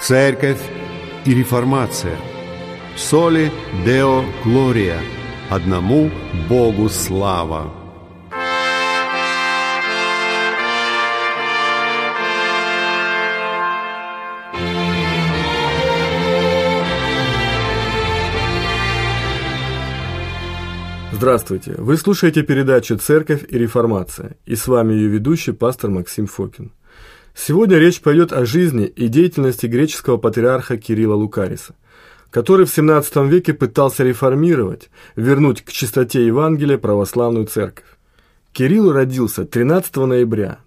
Церковь и реформация. Соли Део Глория. Одному Богу слава. Здравствуйте! Вы слушаете передачу «Церковь и реформация», и с вами ее ведущий пастор Максим Фокин. Сегодня речь пойдет о жизни и деятельности греческого патриарха Кирилла Лукариса, который в XVII веке пытался реформировать, вернуть к чистоте Евангелия православную церковь. Кирилл родился 13 ноября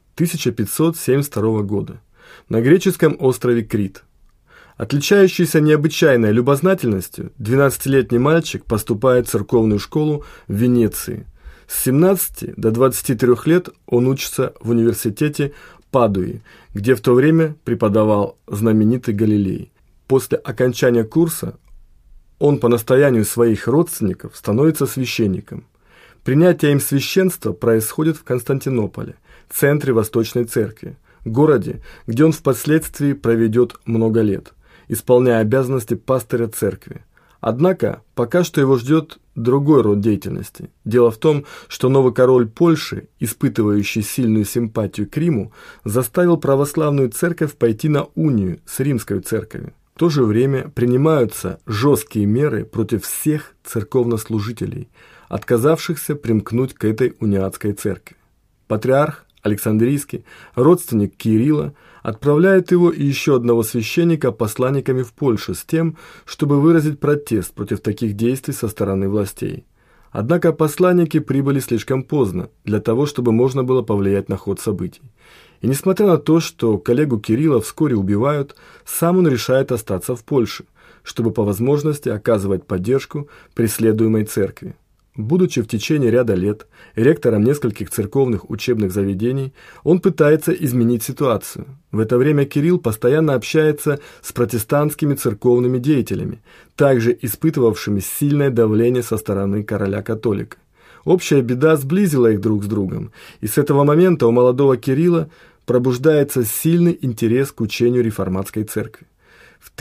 1572 года на греческом острове Крит. Отличающийся необычайной любознательностью, 12-летний мальчик поступает в церковную школу в Венеции. С 17 до 23 лет он учится в университете Падуи, где в то время преподавал знаменитый Галилей. После окончания курса он по настоянию своих родственников становится священником. Принятие им священства происходит в Константинополе, центре Восточной Церкви, городе, где он впоследствии проведет много лет, исполняя обязанности пастыря церкви. Однако, пока что его ждет другой род деятельности. Дело в том, что новый король Польши, испытывающий сильную симпатию к Риму, заставил православную церковь пойти на унию с римской церковью. В то же время принимаются жесткие меры против всех церковнослужителей, отказавшихся примкнуть к этой униатской церкви. Патриарх Александрийский, родственник Кирилла, отправляет его и еще одного священника посланниками в Польшу с тем, чтобы выразить протест против таких действий со стороны властей. Однако посланники прибыли слишком поздно для того, чтобы можно было повлиять на ход событий. И несмотря на то, что коллегу Кирилла вскоре убивают, сам он решает остаться в Польше, чтобы по возможности оказывать поддержку преследуемой церкви. Будучи в течение ряда лет ректором нескольких церковных учебных заведений, он пытается изменить ситуацию. В это время Кирилл постоянно общается с протестантскими церковными деятелями, также испытывавшими сильное давление со стороны короля-католика. Общая беда сблизила их друг с другом, и с этого момента у молодого Кирилла пробуждается сильный интерес к учению реформатской церкви. В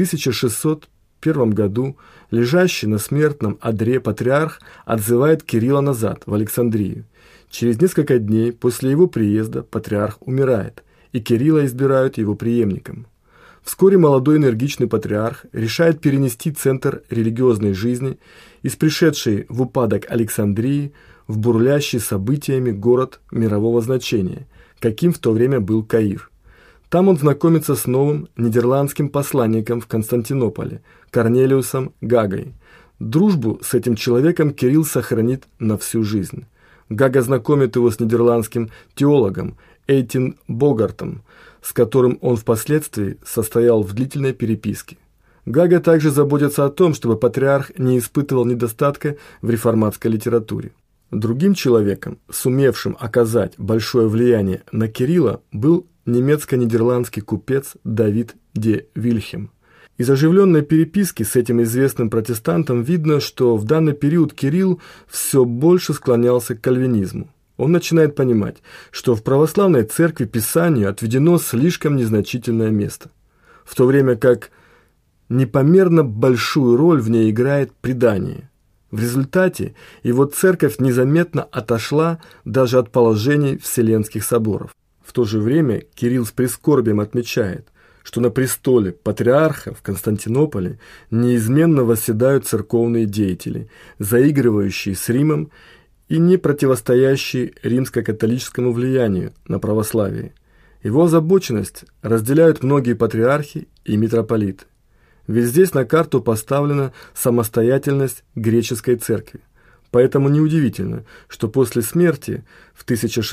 1601 году лежащий на смертном одре патриарх отзывает Кирилла назад, в Александрию. Через несколько дней после его приезда патриарх умирает, и Кирилла избирают его преемником. Вскоре молодой энергичный патриарх решает перенести центр религиозной жизни из пришедшей в упадок Александрии в бурлящий событиями город мирового значения, каким в то время был Каир. Там он знакомится с новым нидерландским посланником в Константинополе, Корнелиусом Гагой. Дружбу с этим человеком Кирилл сохранит на всю жизнь. Гага знакомит его с нидерландским теологом Эйтин Богартом, с которым он впоследствии состоял в длительной переписке. Гага также заботится о том, чтобы патриарх не испытывал недостатка в реформатской литературе. Другим человеком, сумевшим оказать большое влияние на Кирилла, был немецко-нидерландский купец Давид де Вильхем. Из оживленной переписки с этим известным протестантом видно, что в данный период Кирилл все больше склонялся к кальвинизму. Он начинает понимать, что в православной церкви Писанию отведено слишком незначительное место, в то время как непомерно большую роль в ней играет предание. В результате его церковь незаметно отошла даже от положений Вселенских соборов. В то же время Кирилл с прискорбием отмечает, что на престоле патриарха в Константинополе неизменно восседают церковные деятели, заигрывающие с Римом и не противостоящие римско-католическому влиянию на православие. Его озабоченность разделяют многие патриархи и митрополиты. Ведь здесь на карту поставлена самостоятельность греческой церкви. Поэтому неудивительно, что после смерти в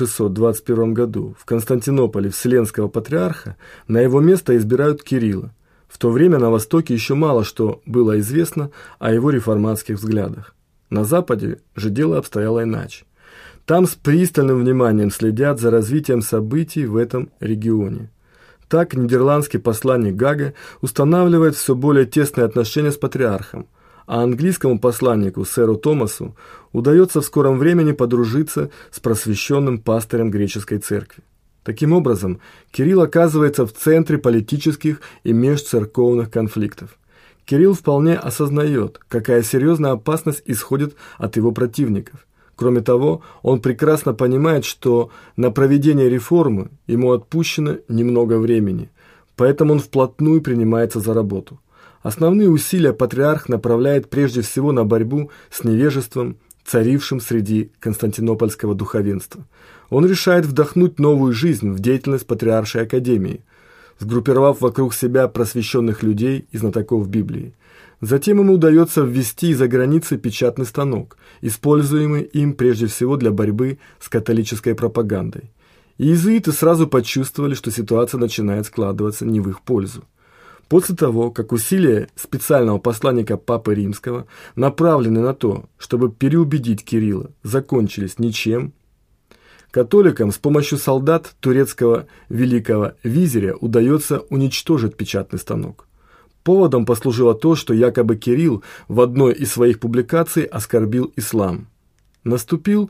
1621 году в Константинополе Вселенского патриарха на его место избирают Кирилла. В то время на Востоке еще мало что было известно о его реформатских взглядах. На Западе же дело обстояло иначе. Там с пристальным вниманием следят за развитием событий в этом регионе. Так нидерландский посланник Гага устанавливает все более тесные отношения с патриархом, а английскому посланнику сэру Томасу удается в скором времени подружиться с просвещенным пастырем греческой церкви. Таким образом, Кирилл оказывается в центре политических и межцерковных конфликтов. Кирилл вполне осознает, какая серьезная опасность исходит от его противников. Кроме того, он прекрасно понимает, что на проведение реформы ему отпущено немного времени, поэтому он вплотную принимается за работу. Основные усилия патриарх направляет прежде всего на борьбу с невежеством, царившим среди константинопольского духовенства. Он решает вдохнуть новую жизнь в деятельность Патриаршей Академии, сгруппировав вокруг себя просвещенных людей и знатоков Библии. Затем ему удается ввести из-за границы печатный станок, используемый им прежде всего для борьбы с католической пропагандой. И иезуиты сразу почувствовали, что ситуация начинает складываться не в их пользу. После того, как усилия специального посланника Папы Римского, направленные на то, чтобы переубедить Кирилла, закончились ничем, католикам с помощью солдат турецкого великого визиря удается уничтожить печатный станок. Поводом послужило то, что якобы Кирилл в одной из своих публикаций оскорбил ислам. Наступил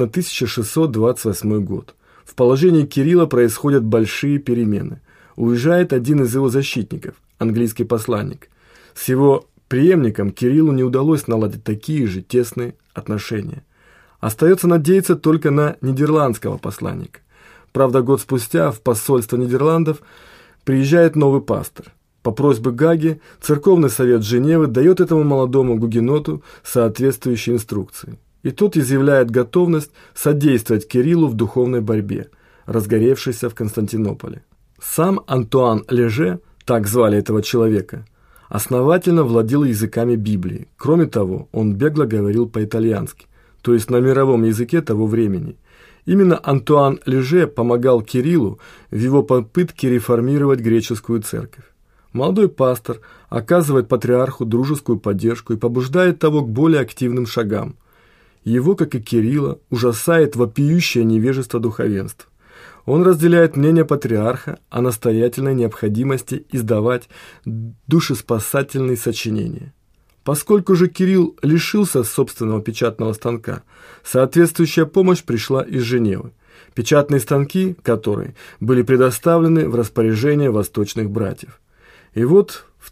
1628 год. В положении Кирилла происходят большие перемены. Уезжает один из его защитников, английский посланник. С его преемником Кириллу не удалось наладить такие же тесные отношения. Остается надеяться только на нидерландского посланника. Правда, год спустя в посольство Нидерландов приезжает новый пастор. По просьбе Гаги церковный совет Женевы дает этому молодому гугеноту соответствующие инструкции. И тот изъявляет готовность содействовать Кириллу в духовной борьбе, разгоревшейся в Константинополе. Сам Антуан Леже, так звали этого человека, основательно владел языками Библии. Кроме того, он бегло говорил по-итальянски, то есть на мировом языке того времени. Именно Антуан Леже помогал Кириллу в его попытке реформировать греческую церковь. Молодой пастор оказывает патриарху дружескую поддержку и побуждает того к более активным шагам. Его, как и Кирилла, ужасает вопиющее невежество духовенства. Он разделяет мнение патриарха о настоятельной необходимости издавать душеспасательные сочинения. Поскольку же Кирилл лишился собственного печатного станка, соответствующая помощь пришла из Женевы. Печатные станки, которые были предоставлены в распоряжение восточных братьев. И вот в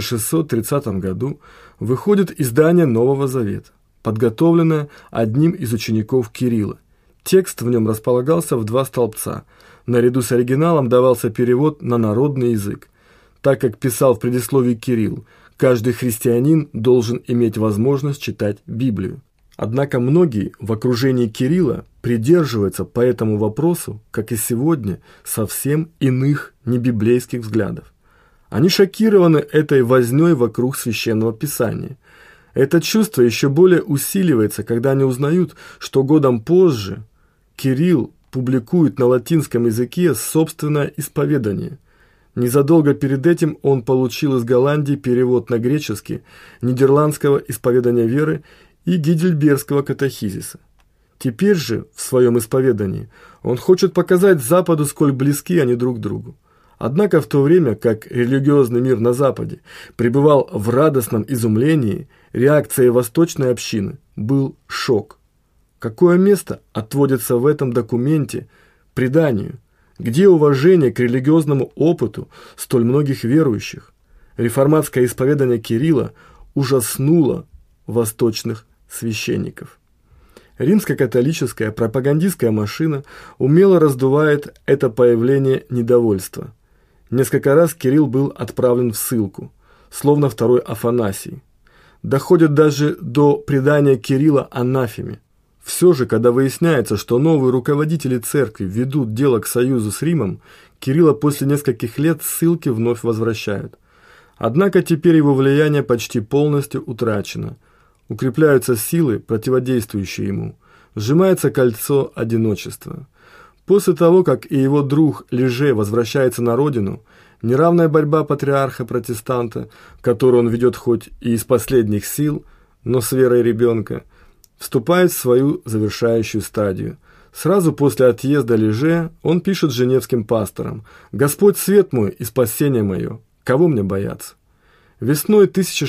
1630 году выходит издание Нового Завета, подготовленное одним из учеников Кирилла. Текст в нем располагался в 2 столбца. Наряду с оригиналом давался перевод на народный язык. Так как писал в предисловии Кирилл, каждый христианин должен иметь возможность читать Библию. Однако многие в окружении Кирилла придерживаются по этому вопросу, как и сегодня, совсем иных небиблейских взглядов. Они шокированы этой вознёй вокруг Священного Писания. Это чувство еще более усиливается, когда они узнают, что годом позже Кирилл публикует на латинском языке собственное исповедание. Незадолго перед этим он получил из Голландии перевод на греческий нидерландского исповедания веры и гейдельбергского катехизиса. Теперь же в своем исповедании он хочет показать Западу, сколь близки они друг другу. Однако в то время, как религиозный мир на Западе пребывал в радостном изумлении, реакцией восточной общины был шок. Какое место отводится в этом документе преданию? Где уважение к религиозному опыту столь многих верующих? Реформатское исповедание Кирилла ужаснуло восточных священников. Римско-католическая пропагандистская машина умело раздувает это появление недовольства. Несколько раз Кирилл был отправлен в ссылку, словно второй Афанасий. Доходит даже до предания Кирилла анафеме. Все же, когда выясняется, что новые руководители церкви ведут дело к союзу с Римом, Кирилла после нескольких лет ссылки вновь возвращают. Однако теперь его влияние почти полностью утрачено. Укрепляются силы, противодействующие ему. Сжимается кольцо одиночества. После того, как и его друг Леже возвращается на родину, неравная борьба патриарха-протестанта, которую он ведет хоть и из последних сил, но с верой ребенка, вступает в свою завершающую стадию. Сразу после отъезда Леже он пишет женевским пасторам: «Господь свет мой и спасение мое, кого мне бояться?» Весной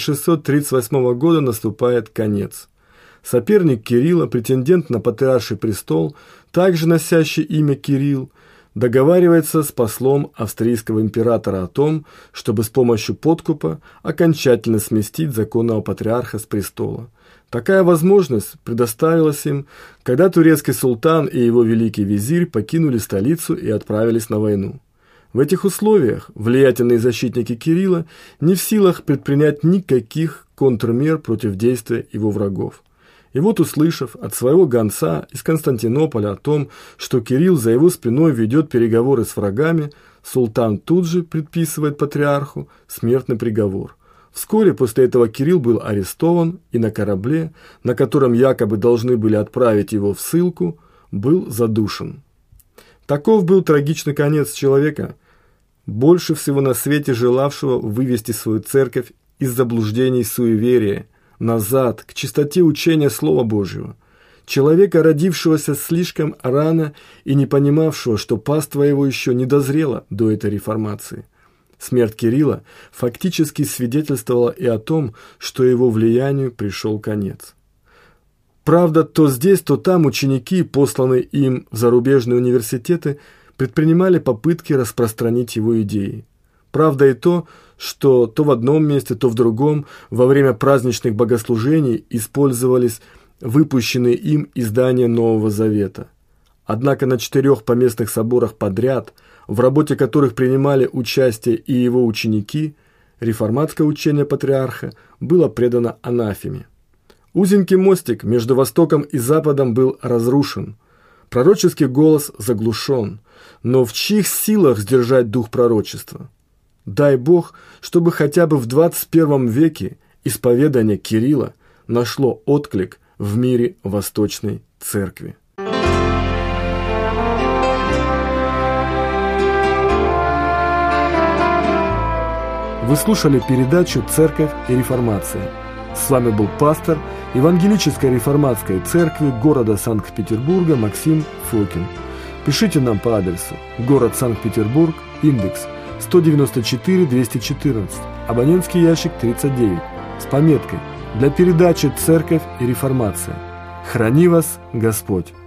1638 года наступает конец. Соперник Кирилла, претендент на патриарший престол, также носящий имя Кирилл, договаривается с послом австрийского императора о том, чтобы с помощью подкупа окончательно сместить законного патриарха с престола. Такая возможность предоставилась им, когда турецкий султан и его великий визирь покинули столицу и отправились на войну. В этих условиях влиятельные защитники Кирилла не в силах предпринять никаких контрмер против действия его врагов. И вот, услышав от своего гонца из Константинополя о том, что Кирилл за его спиной ведет переговоры с врагами, султан тут же предписывает патриарху смертный приговор. Вскоре после этого Кирилл был арестован и на корабле, на котором якобы должны были отправить его в ссылку, был задушен. Таков был трагичный конец человека, больше всего на свете желавшего вывести свою церковь из заблуждений и суеверия назад к чистоте учения Слова Божьего. Человека, родившегося слишком рано и не понимавшего, что паства его еще не дозрела до этой реформации. Смерть Кирилла фактически свидетельствовала и о том, что его влиянию пришел конец. Правда, то здесь, то там ученики, посланные им в зарубежные университеты, предпринимали попытки распространить его идеи. Правда и то, что то в одном месте, то в другом во время праздничных богослужений использовались выпущенные им издания Нового Завета. Однако на 4 поместных соборах подряд, в работе которых принимали участие и его ученики, реформатское учение патриарха было предано анафеме. Узенький мостик между Востоком и Западом был разрушен, пророческий голос заглушен, но в чьих силах сдержать дух пророчества? Дай Бог, чтобы хотя бы в 21 веке исповедание Кирилла нашло отклик в мире Восточной Церкви. Вы слушали передачу «Церковь и реформация». С вами был пастор Евангелической реформатской церкви города Санкт-Петербурга Максим Фокин. Пишите нам по адресу: город Санкт-Петербург, индекс 194-214, абонентский ящик 39, с пометкой «Для передачи «Церковь и реформация». Храни вас Господь!